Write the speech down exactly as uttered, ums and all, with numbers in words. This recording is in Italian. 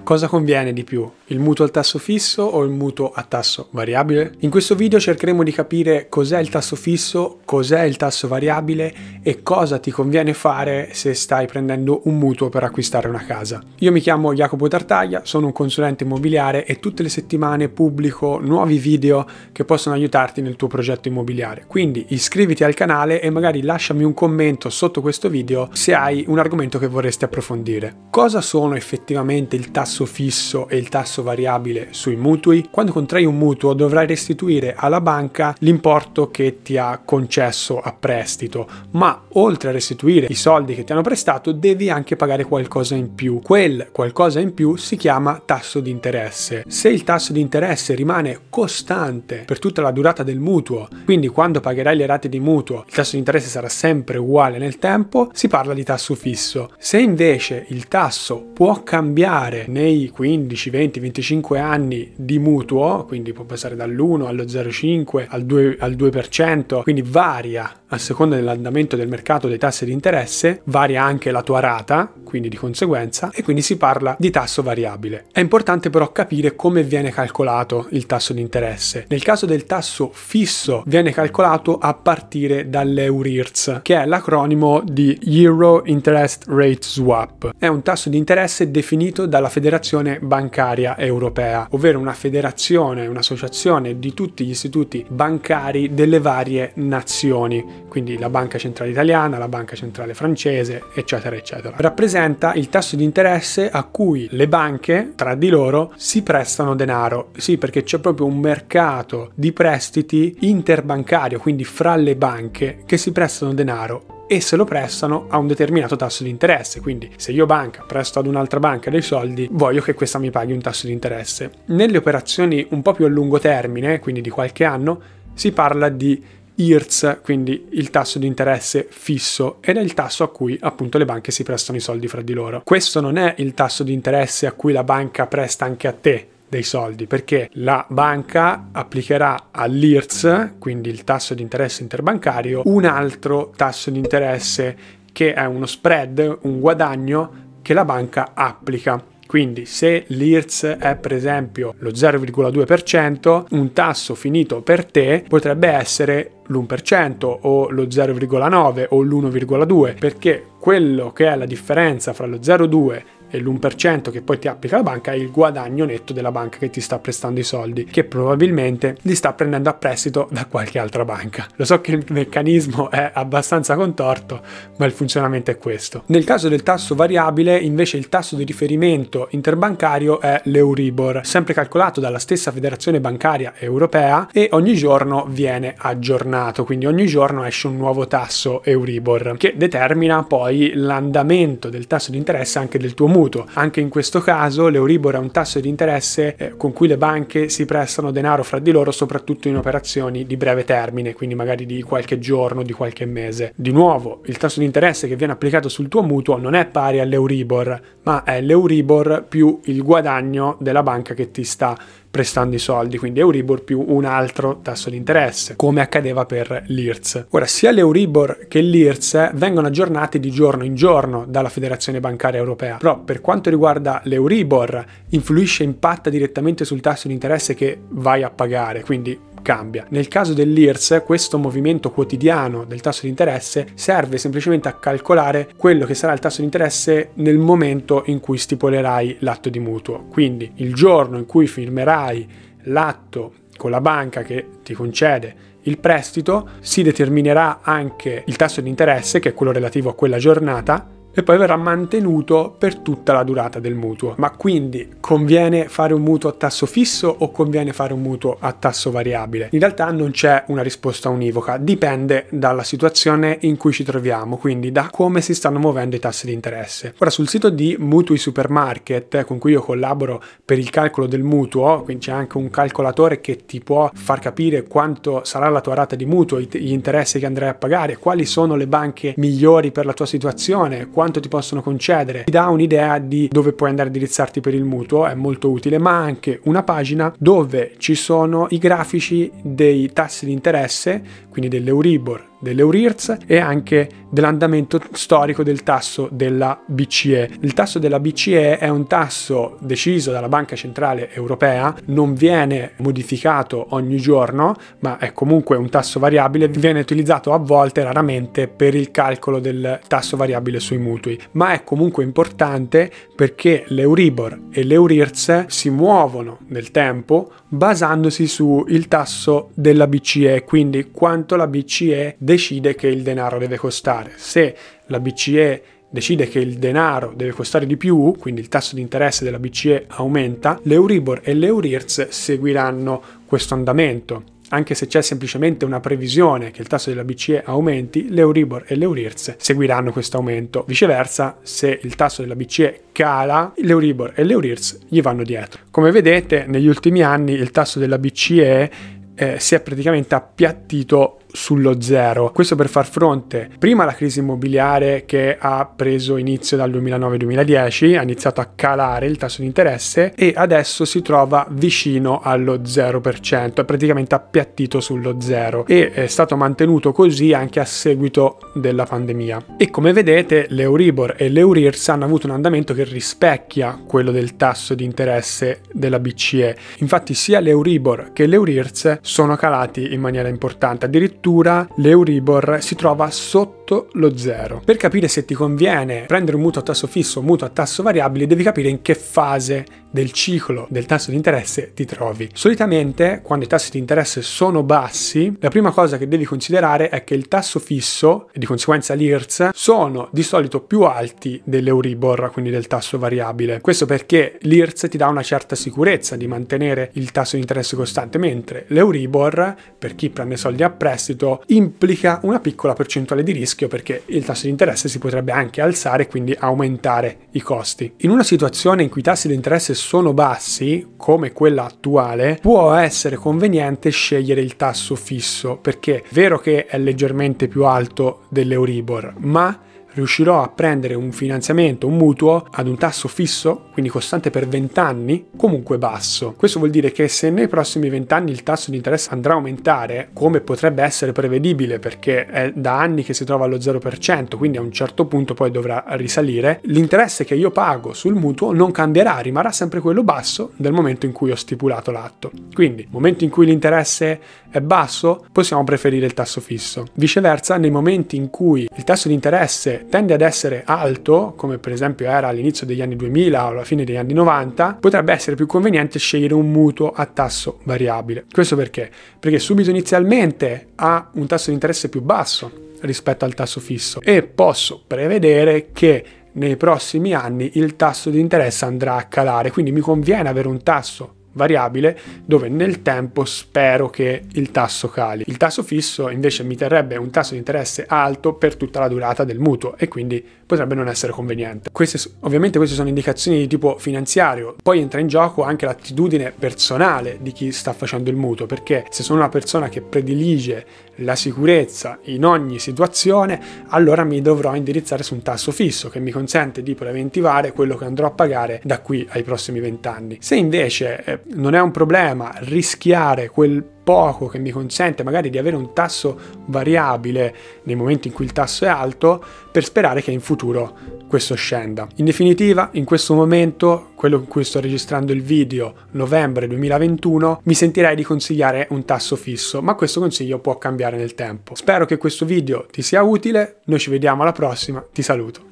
Cosa conviene di più? Il mutuo al tasso fisso o il mutuo a tasso variabile? In questo video cercheremo di capire cos'è il tasso fisso, cos'è il tasso variabile e cosa ti conviene fare se stai prendendo un mutuo per acquistare una casa. Io mi chiamo Jacopo Tartaglia, sono un consulente immobiliare e tutte le settimane pubblico nuovi video che possono aiutarti nel tuo progetto immobiliare. Quindi iscriviti al canale e magari lasciami un commento sotto questo video se hai un argomento che vorresti approfondire. Cosa sono effettivamente il tasso fisso e il tasso variabile sui mutui? Quando contrai un mutuo dovrai restituire alla banca l'importo che ti ha concesso a prestito, ma oltre a restituire i soldi che ti hanno prestato devi anche pagare qualcosa in più. Quel qualcosa in più si chiama tasso di interesse. Se il tasso di interesse rimane costante per tutta la durata del mutuo, quindi quando pagherai le rate di mutuo il tasso di interesse sarà sempre uguale nel tempo, si parla di tasso fisso. Se invece il tasso può cambiare nei quindici, venti, venticinque anni di mutuo, quindi può passare dall'uno allo zero virgola cinque al due, al due per cento, quindi varia a seconda dell'andamento del mercato dei tassi di interesse, varia anche la tua rata, quindi di conseguenza, e quindi si parla di tasso variabile. È importante però capire come viene calcolato il tasso di interesse. Nel caso del tasso fisso viene calcolato a partire dall'EURIRS, che è l'acronimo di Euro Interest Rate Swap. È un tasso di interesse definito dalla Federazione Bancaria Europea, ovvero una federazione, un'associazione di tutti gli istituti bancari delle varie nazioni, quindi la Banca Centrale Italiana, la Banca Centrale Francese, eccetera, eccetera. Rappresenta il tasso di interesse a cui le banche tra di loro si prestano denaro. Sì, perché c'è proprio un mercato di prestiti interbancario, quindi fra le banche che si prestano denaro e se lo prestano a un determinato tasso di interesse. Quindi se io banca presto ad un'altra banca dei soldi, voglio che questa mi paghi un tasso di interesse. Nelle operazioni un po' più a lungo termine, quindi di qualche anno, si parla di I R S, quindi il tasso di interesse fisso, ed è il tasso a cui appunto le banche si prestano i soldi fra di loro. Questo non è il tasso di interesse a cui la banca presta anche a te dei soldi, perché la banca applicherà all'I R S, quindi il tasso di interesse interbancario, un altro tasso di interesse che è uno spread, un guadagno che la banca applica. Quindi se l'I R S è per esempio lo zero virgola due per cento, un tasso finito per te potrebbe essere l'uno per cento o lo zero virgola nove o l'uno virgola due, perché quello che è la differenza fra lo zero virgola due e l'uno per cento che poi ti applica la banca è il guadagno netto della banca che ti sta prestando i soldi, che probabilmente li sta prendendo a prestito da qualche altra banca. Lo so che il meccanismo è abbastanza contorto, ma il funzionamento è questo. Nel caso del tasso variabile, invece, il tasso di riferimento interbancario è l'Euribor, sempre calcolato dalla stessa Federazione Bancaria Europea e ogni giorno viene aggiornato, quindi ogni giorno esce un nuovo tasso Euribor che determina poi l'andamento del tasso di interesse anche del tuo mutuo. Anche in questo caso l'Euribor è un tasso di interesse eh, con cui le banche si prestano denaro fra di loro, soprattutto in operazioni di breve termine, quindi magari di qualche giorno, di qualche mese. Di nuovo, il tasso di interesse che viene applicato sul tuo mutuo non è pari all'Euribor, ma è l'Euribor più il guadagno della banca che ti sta prestando i soldi, quindi Euribor più un altro tasso di interesse, come accadeva per l'I R S. Ora, sia l'Euribor che l'I R S vengono aggiornati di giorno in giorno dalla Federazione Bancaria Europea, però per quanto riguarda l'Euribor influisce, impatta direttamente sul tasso di interesse che vai a pagare, quindi cambia. Nel caso dell'I R S, questo movimento quotidiano del tasso di interesse serve semplicemente a calcolare quello che sarà il tasso di interesse nel momento in cui stipulerai l'atto di mutuo. Quindi il giorno in cui firmerai l'atto con la banca che ti concede il prestito, si determinerà anche il tasso di interesse, che è quello relativo a quella giornata, e poi verrà mantenuto per tutta la durata del mutuo. Ma quindi conviene fare un mutuo a tasso fisso o conviene fare un mutuo a tasso variabile? In realtà non c'è una risposta univoca, dipende dalla situazione in cui ci troviamo, quindi da come si stanno muovendo i tassi di interesse. Ora, sul sito di Mutui Supermarket, con cui io collaboro per il calcolo del mutuo, quindi c'è anche un calcolatore che ti può far capire quanto sarà la tua rata di mutuo, gli interessi che andrai a pagare, quali sono le banche migliori per la tua situazione, quanto ti possono concedere, ti dà un'idea di dove puoi andare a indirizzarti per il mutuo, è molto utile, ma anche una pagina dove ci sono i grafici dei tassi di interesse quindi dell'Euribor, dell'Eurirs e anche dell'andamento storico del tasso della B C E. Il tasso della B C E è un tasso deciso dalla Banca Centrale Europea, non viene modificato ogni giorno, ma è comunque un tasso variabile, viene utilizzato a volte, raramente, per il calcolo del tasso variabile sui mutui, ma è comunque importante perché l'Euribor e l'Eurirs si muovono nel tempo basandosi sul tasso della B C E, quindi quanto la B C E decide che il denaro deve costare. Se la B C E decide che il denaro deve costare di più, quindi il tasso di interesse della B C E aumenta, l'Euribor e l'Eurirs seguiranno questo andamento. Anche se c'è semplicemente una previsione che il tasso della B C E aumenti, l'Euribor e l'Eurirs seguiranno questo aumento. Viceversa, se il tasso della B C E cala, l'Euribor e l'Eurirs gli vanno dietro. Come vedete, negli ultimi anni il tasso della B C E eh, si è praticamente appiattito sullo zero. Questo per far fronte prima alla crisi immobiliare che ha preso inizio dal duemilanove duemiladieci, ha iniziato a calare il tasso di interesse e adesso si trova vicino allo zero per cento, è praticamente appiattito sullo zero e è stato mantenuto così anche a seguito della pandemia. E come vedete l'Euribor e l'Eurirs hanno avuto un andamento che rispecchia quello del tasso di interesse della B C E. Infatti sia l'Euribor che l'Eurirs sono calati in maniera importante, addirittura l'Euribor si trova sotto lo zero. Per capire se ti conviene prendere un mutuo a tasso fisso o un mutuo a tasso variabile, devi capire in che fase del ciclo del tasso di interesse ti trovi. Solitamente, quando i tassi di interesse sono bassi, la prima cosa che devi considerare è che il tasso fisso e di conseguenza l'I R S sono di solito più alti dell'Euribor, quindi del tasso variabile. Questo perché l'I R S ti dà una certa sicurezza di mantenere il tasso di interesse costante, mentre l'Euribor, per chi prende soldi a prestito, implica una piccola percentuale di rischio perché il tasso di interesse si potrebbe anche alzare e quindi aumentare i costi. In una situazione in cui i tassi di interesse sono bassi, come quella attuale, può essere conveniente scegliere il tasso fisso, perché è vero che è leggermente più alto dell'Euribor, ma riuscirò a prendere un finanziamento, un mutuo, ad un tasso fisso, quindi costante per venti anni, comunque basso. Questo vuol dire che se nei prossimi venti anni il tasso di interesse andrà a aumentare, come potrebbe essere prevedibile perché è da anni che si trova allo zero per cento, quindi a un certo punto poi dovrà risalire, l'interesse che io pago sul mutuo non cambierà, rimarrà sempre quello basso del momento in cui ho stipulato l'atto. Quindi, nel momento in cui l'interesse è basso, possiamo preferire il tasso fisso. Viceversa, nei momenti in cui il tasso di interesse tende ad essere alto, come per esempio era all'inizio degli anni duemila o alla fine degli anni novanta, potrebbe essere più conveniente scegliere un mutuo a tasso variabile. Questo perché? Perché subito inizialmente ha un tasso di interesse più basso rispetto al tasso fisso e posso prevedere che nei prossimi anni il tasso di interesse andrà a calare, quindi mi conviene avere un tasso variabile dove nel tempo spero che il tasso cali. Il tasso fisso invece mi terrebbe un tasso di interesse alto per tutta la durata del mutuo e quindi potrebbe non essere conveniente. Queste, ovviamente queste sono indicazioni di tipo finanziario, poi entra in gioco anche l'attitudine personale di chi sta facendo il mutuo, perché se sono una persona che predilige la sicurezza in ogni situazione, allora mi dovrò indirizzare su un tasso fisso che mi consente di preventivare quello che andrò a pagare da qui ai prossimi venti anni. Se invece eh, non è un problema rischiare quel poco che mi consente magari di avere un tasso variabile nei momenti in cui il tasso è alto, per sperare che in futuro questo scenda. In definitiva, in questo momento, quello in cui sto registrando il video, novembre duemilaventuno, mi sentirei di consigliare un tasso fisso, ma questo consiglio può cambiare nel tempo. Spero che questo video ti sia utile, noi ci vediamo alla prossima, ti saluto.